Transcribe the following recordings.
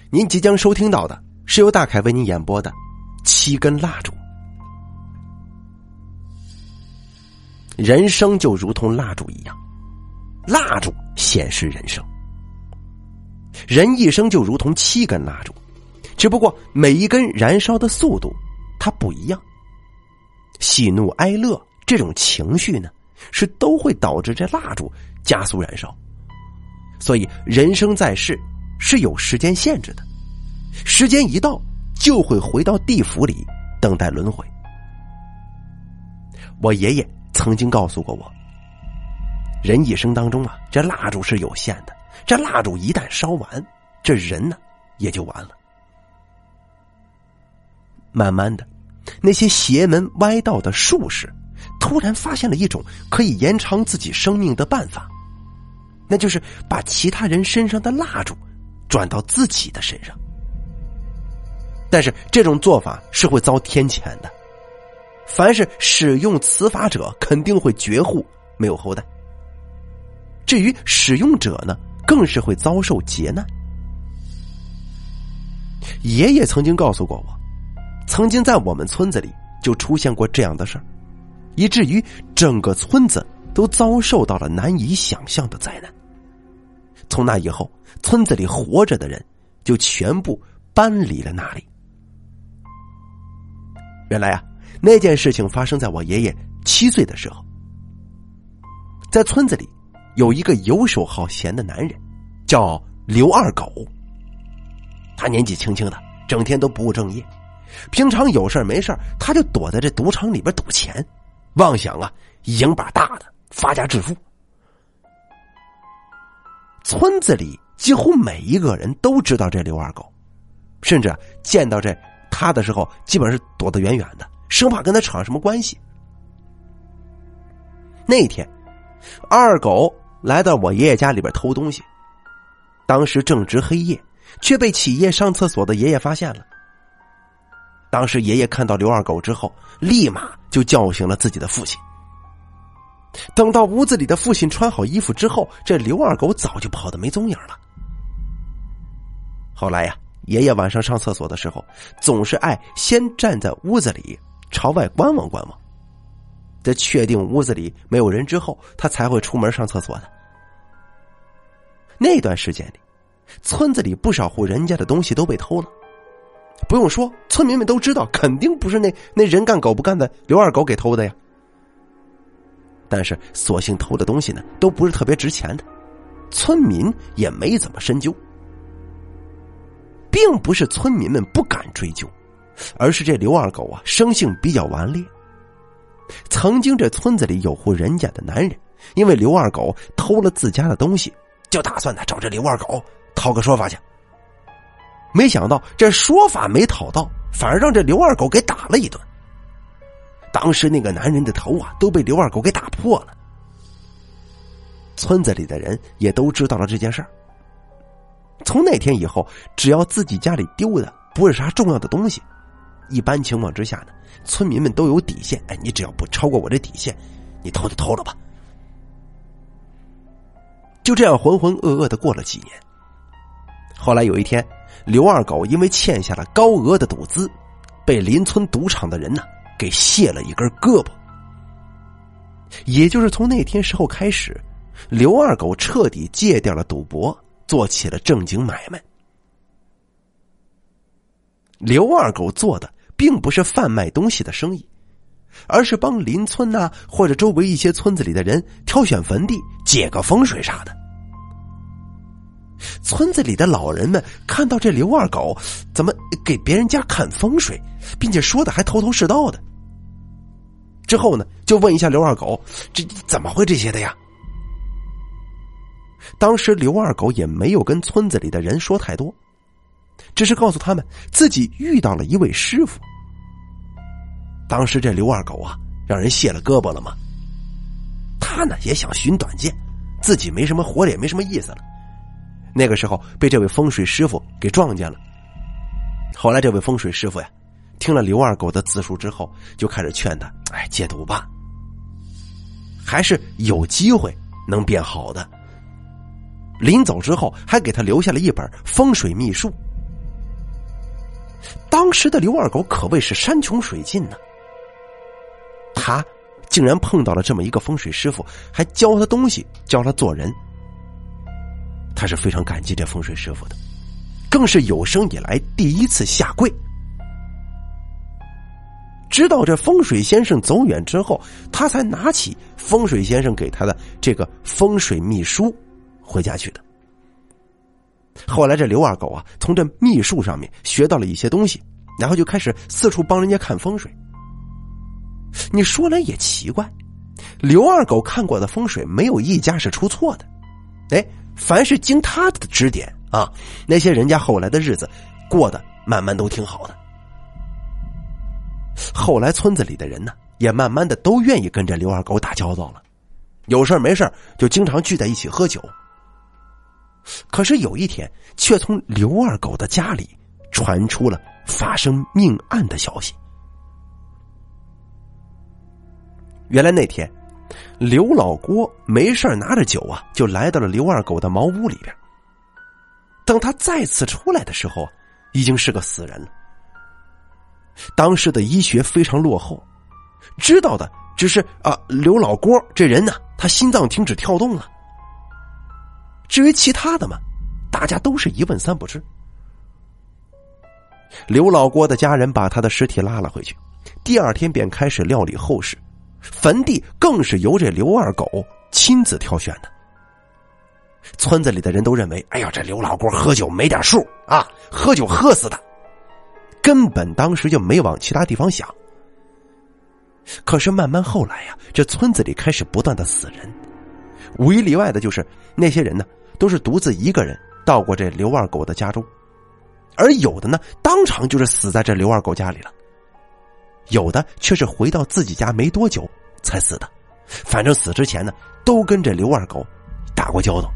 您即将收听到的是由大凯为您演播的7根蜡烛。人生就如同蜡烛一样，蜡烛显示人生。人一生就如同7根蜡烛，只不过每一根燃烧的速度它不一样。喜怒哀乐这种情绪呢，是都会导致这蜡烛加速燃烧。所以人生在世是有时间限制的，时间一到就会回到地府里等待轮回。我爷爷曾经告诉过我，人一生当中啊，这蜡烛是有限的，这蜡烛一旦烧完，这人呢也就完了。慢慢的，那些邪门歪道的术士突然发现了一种可以延长自己生命的办法，那就是把其他人身上的蜡烛转到自己的身上。但是这种做法是会遭天谴的，凡是使用此法者肯定会绝户，没有后代。至于使用者呢，更是会遭受劫难。爷爷曾经告诉过我，曾经在我们村子里就出现过这样的事儿，以至于整个村子都遭受到了难以想象的灾难。从那以后，村子里活着的人就全部搬离了那里。原来啊，那件事情发生在我爷爷7岁的时候。在村子里有一个游手好闲的男人，叫刘二狗。他年纪轻轻的，整天都不务正业，平常有事没事他就躲在这赌场里边赌钱，妄想啊赢把大的，发家致富。村子里几乎每一个人都知道这刘二狗，甚至见到这他的时候基本是躲得远远的，生怕跟他扯上什么关系。那天二狗来到我爷爷家里边偷东西，当时正值黑夜，却被起夜上厕所的爷爷发现了。当时爷爷看到刘二狗之后，立马就叫醒了自己的父亲。等到屋子里的父亲穿好衣服之后，这刘二狗早就跑得没踪影了。后来呀，爷爷晚上上厕所的时候，总是爱先站在屋子里朝外观望观望，在确定屋子里没有人之后，他才会出门上厕所的。那段时间里，村子里不少户人家的东西都被偷了。不用说，村民们都知道，肯定不是那人干狗不干的刘二狗给偷的呀。但是所幸偷的东西呢，都不是特别值钱的，村民也没怎么深究。并不是村民们不敢追究，而是这刘二狗啊，生性比较顽劣。曾经这村子里有户人家的男人，因为刘二狗偷了自家的东西，就打算找这刘二狗讨个说法去。没想到这说法没讨到，反而让这刘二狗给打了一顿。当时那个男人的头啊都被刘二狗给打破了。村子里的人也都知道了这件事儿。从那天以后，只要自己家里丢的不是啥重要的东西，一般情况之下呢，村民们都有底线，你只要不超过我这底线，你偷就偷了吧。就这样浑浑噩噩的过了几年。后来有一天，刘二狗因为欠下了高额的赌资，被邻村赌场的人呢给卸了一根胳膊。也就是从那天时候开始，刘二狗彻底戒掉了赌博，做起了正经买卖。刘二狗做的并不是贩卖东西的生意，而是帮邻村啊或者周围一些村子里的人挑选坟地、解个风水啥的。村子里的老人们看到这刘二狗怎么给别人家看风水，并且说的还头头是道的，之后呢就问一下刘二狗，这怎么会这些的呀？当时刘二狗也没有跟村子里的人说太多，只是告诉他们自己遇到了一位师傅。当时这刘二狗啊让人卸了胳膊了嘛，他呢也想寻短见，自己没什么活了，也没什么意思了。那个时候被这位风水师傅给撞见了。后来这位风水师傅呀听了刘二狗的自述之后，就开始劝他戒赌吧，还是有机会能变好的。临走之后还给他留下了一本风水秘术， 当时的刘二狗可谓是山穷水尽呢，他竟然碰到了这么一个风水师傅，还教他东西，教他做人。他是非常感激这风水师傅的，更是有生以来第一次下跪。直到这风水先生走远之后，他才拿起风水先生给他的这个风水秘书回家去的。后来这刘二狗啊，从这秘术上面学到了一些东西，然后就开始四处帮人家看风水。你说来也奇怪，刘二狗看过的风水没有一家是出错的，凡是经他的指点啊，那些人家后来的日子过得慢慢都挺好的。后来村子里的人呢，也慢慢的都愿意跟着刘二狗打交道了，有事没事就经常聚在一起喝酒。可是有一天，却从刘二狗的家里传出了发生命案的消息。原来那天，刘老郭没事拿着酒啊，就来到了刘二狗的茅屋里边。等他再次出来的时候，已经是个死人了。当时的医学非常落后，知道的只是刘老郭这人呢，他心脏停止跳动了。至于其他的嘛，大家都是一问三不知。刘老郭的家人把他的尸体拉了回去，第二天便开始料理后事，坟地更是由这刘二狗亲自挑选的。村子里的人都认为，哎呀，这刘老郭喝酒没点数啊，喝酒喝死的，根本当时就没往其他地方想。可是慢慢后来呀，这村子里开始不断的死人，无一例外的就是那些人呢，都是独自一个人到过这刘二狗的家中，而有的呢，当场就是死在这刘二狗家里了，有的却是回到自己家没多久才死的，反正死之前呢，都跟这刘二狗打过交道。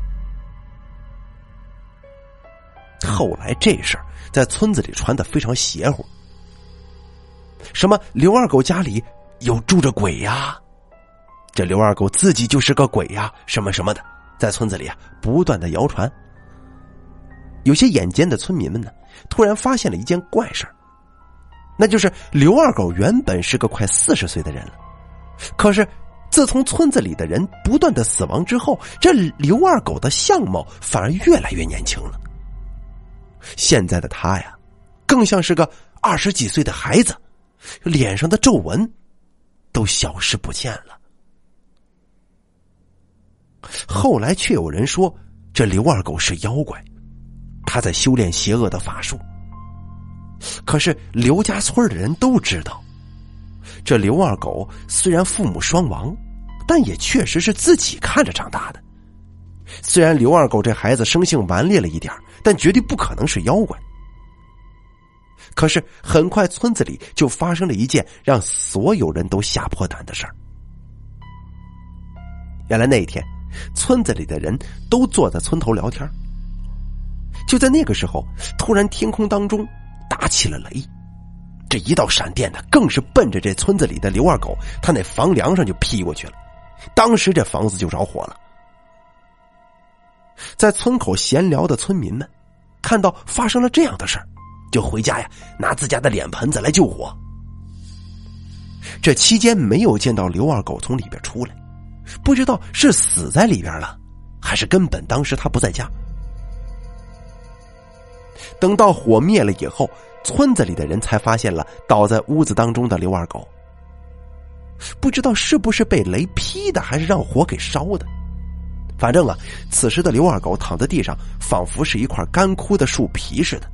后来这事儿在村子里传得非常邪乎，什么刘二狗家里有住着鬼呀，这刘二狗自己就是个鬼呀，什么什么的，在村子里不断的谣传。有些眼尖的村民们呢，突然发现了一件怪事儿，那就是刘二狗原本是个快40岁的人了，可是自从村子里的人不断的死亡之后，这刘二狗的相貌反而越来越年轻了。现在的他呀，更像是个20几岁的孩子，脸上的皱纹都消失不见了。后来却有人说，这刘二狗是妖怪，他在修炼邪恶的法术。可是刘家村的人都知道，这刘二狗虽然父母双亡，但也确实是自己看着长大的。虽然刘二狗这孩子生性顽劣了一点，但绝对不可能是妖怪。可是很快村子里就发生了一件让所有人都吓破胆的事儿。原来那一天，村子里的人都坐在村头聊天，就在那个时候，突然天空当中打起了雷，这一道闪电呢，更是奔着这村子里的刘二狗他那房梁上就劈过去了，当时这房子就着火了。在村口闲聊的村民们看到发生了这样的事儿，就回家呀，拿自家的脸盆子来救火。这期间没有见到刘二狗从里边出来，不知道是死在里边了，还是根本当时他不在家。等到火灭了以后，村子里的人才发现了倒在屋子当中的刘二狗，不知道是不是被雷劈的，还是让火给烧的。反正此时的刘二狗躺在地上，仿佛是一块干枯的树皮似的。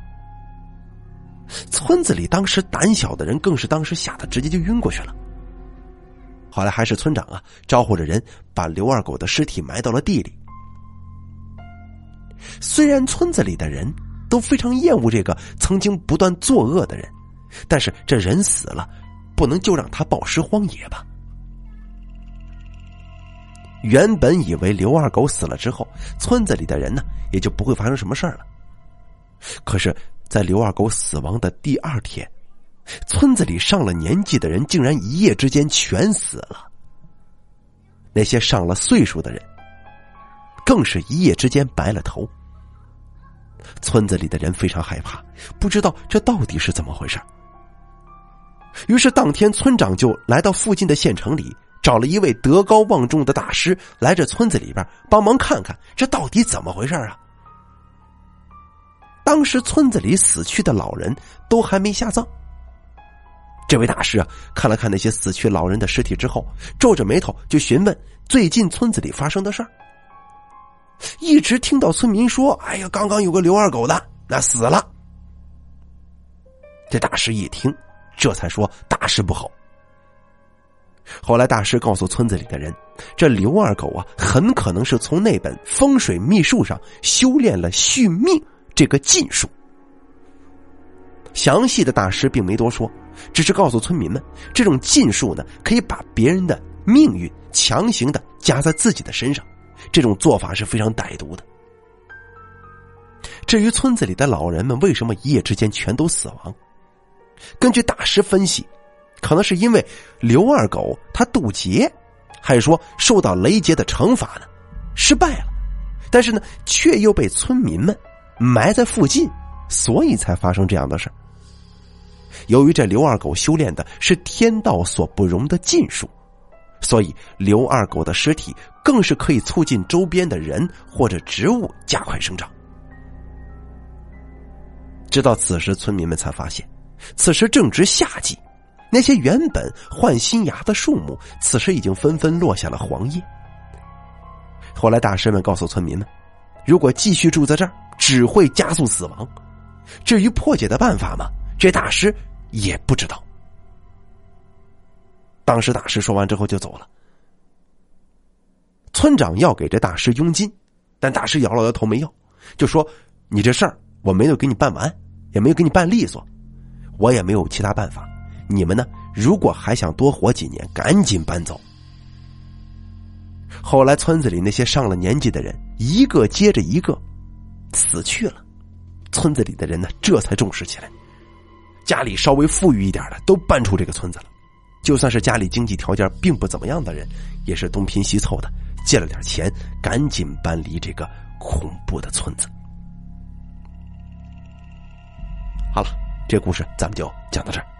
村子里当时胆小的人更是当时吓得直接就晕过去了。后来还是村长招呼着人把刘二狗的尸体埋到了地里。虽然村子里的人都非常厌恶这个曾经不断作恶的人，但是这人死了，不能就让他暴尸荒野吧。原本以为刘二狗死了之后，村子里的人呢也就不会发生什么事儿了。可是在刘二狗死亡的第2天，村子里上了年纪的人竟然一夜之间全死了。那些上了岁数的人更是一夜之间白了头。 村子里的人非常害怕，不知道这到底是怎么回事。于是当天村长就来到附近的县城里，找了一位德高望重的大师来这村子里边帮忙看看这到底怎么回事啊。当时村子里死去的老人都还没下葬，这位大师看了看那些死去老人的尸体之后，皱着眉头就询问最近村子里发生的事儿。一直听到村民说，哎呀，刚刚有个刘二狗的那死了。这大师一听，这才说大事不好。后来大师告诉村子里的人，这刘二狗很可能是从那本风水秘术上修炼了续命这个禁术。详细的大师并没多说，只是告诉村民们，这种禁术呢，可以把别人的命运强行的加在自己的身上，这种做法是非常歹毒的。至于村子里的老人们为什么一夜之间全都死亡，根据大师分析，可能是因为刘二狗他渡劫，还是说受到雷劫的惩罚呢，失败了，但是呢却又被村民们埋在附近，所以才发生这样的事。由于这刘二狗修炼的是天道所不容的禁术，所以刘二狗的尸体更是可以促进周边的人或者植物加快生长。直到此时，村民们才发现，此时正值夏季，那些原本换新芽的树木，此时已经纷纷落下了黄叶。后来大师们告诉村民们，如果继续住在这儿，只会加速死亡。至于破解的办法嘛，这大师也不知道。当时大师说完之后就走了。村长要给这大师佣金，但大师摇了摇头没要，就说你这事儿我没有给你办完，也没有给你办利索，我也没有其他办法，你们呢如果还想多活几年，赶紧搬走。后来村子里那些上了年纪的人一个接着一个死去了，村子里的人呢这才重视起来，家里稍微富裕一点的都搬出这个村子了，就算是家里经济条件并不怎么样的人，也是东拼西凑的借了点钱，赶紧搬离这个恐怖的村子。好了，这故事咱们就讲到这儿。